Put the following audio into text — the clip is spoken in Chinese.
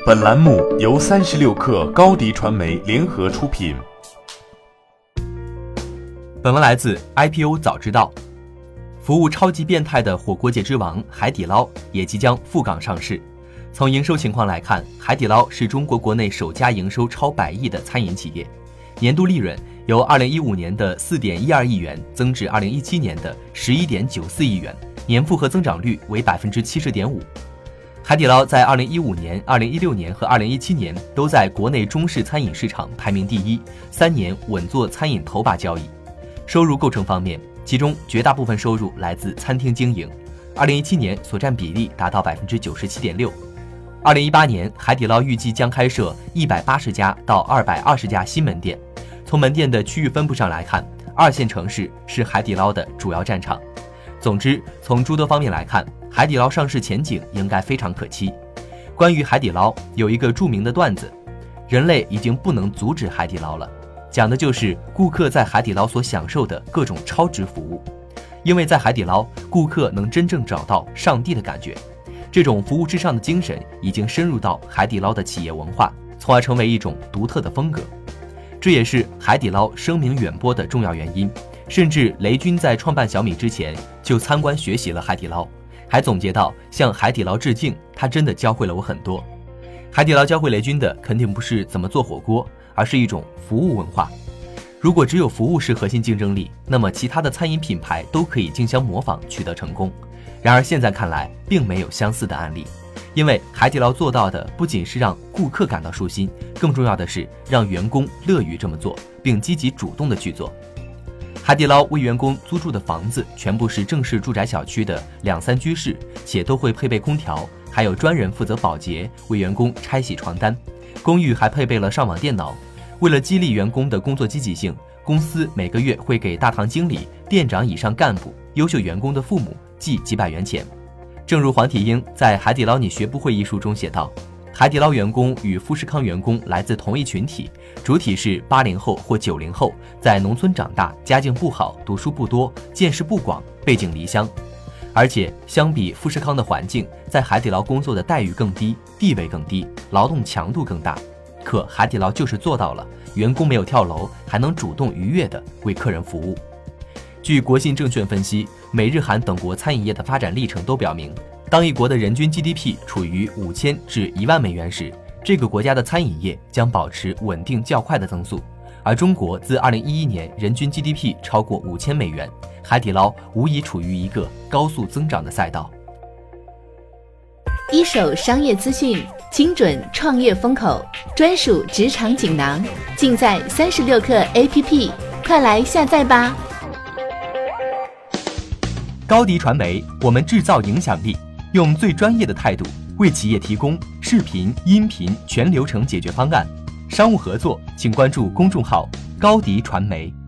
本栏目由36氪高迪传媒联合出品。 本文来自 IPO 早知道。服务超级变态的火锅界之王海底捞也即将赴港上市。从营收情况来看，海底捞是中国国内首家营收超100亿的餐饮企业，年度利润由2015年的4.12亿元增至2017年的11.94亿元，年复合增长率为 70.5%。海底捞在2015年、2016年和2017年都在国内中式餐饮市场排名第一，3年稳坐餐饮头把交椅。收入构成方面，其中绝大部分收入来自餐厅经营，2017年所占比例达到 97.6%。2018年，海底捞预计将开设180家到220家新门店。从门店的区域分布上来看，2线城市是海底捞的主要战场。总之，从诸多方面来看，海底捞上市前景应该非常可期。关于海底捞，有一个著名的段子：人类已经不能阻止海底捞了，讲的就是顾客在海底捞所享受的各种超值服务。因为在海底捞，顾客能真正找到上帝的感觉。这种服务至上的精神已经深入到海底捞的企业文化，从而成为一种独特的风格。这也是海底捞声名远播的重要原因。甚至雷军在创办小米之前就参观学习了海底捞，还总结到向海底捞致敬，他真的教会了我很多。海底捞教会雷军的肯定不是怎么做火锅，而是一种服务文化。如果只有服务是核心竞争力，那么其他的餐饮品牌都可以竞相模仿取得成功。然而现在看来并没有相似的案例，因为海底捞做到的不仅是让顾客感到舒心，更重要的是让员工乐于这么做，并积极主动的去做。海底捞为员工租住的房子全部是正式住宅小区的2、3居室，且都会配备空调，还有专人负责保洁，为员工拆洗床单。公寓还配备了上网电脑。为了激励员工的工作积极性，公司每个月会给大堂经理、店长以上干部、优秀员工的父母寄几百元钱。正如黄体英在《海底捞你学不会》一书中写道，海底捞员工与富士康员工来自同一群体，主体是80后或90后，在农村长大，家境不好，读书不多，见识不广，背井离乡。而且相比富士康的环境，在海底捞工作的待遇更低，地位更低，劳动强度更大。可海底捞就是做到了，员工没有跳楼，还能主动愉悦地为客人服务。据国信证券分析，美日韩等国餐饮业的发展历程都表明，当一国的人均 GDP 处于5000至1万美元时，这个国家的餐饮业将保持稳定较快的增速。而中国自2011年人均 GDP 超过5000美元，海底捞无疑处于一个高速增长的赛道。 一手商业资讯，精准创业风口，专属职场锦囊，尽在36氪 APP， 快来下载吧！ 高迪传媒，我们制造影响力，用最专业的态度为企业提供视频、音频全流程解决方案。商务合作，请关注公众号高迪传媒。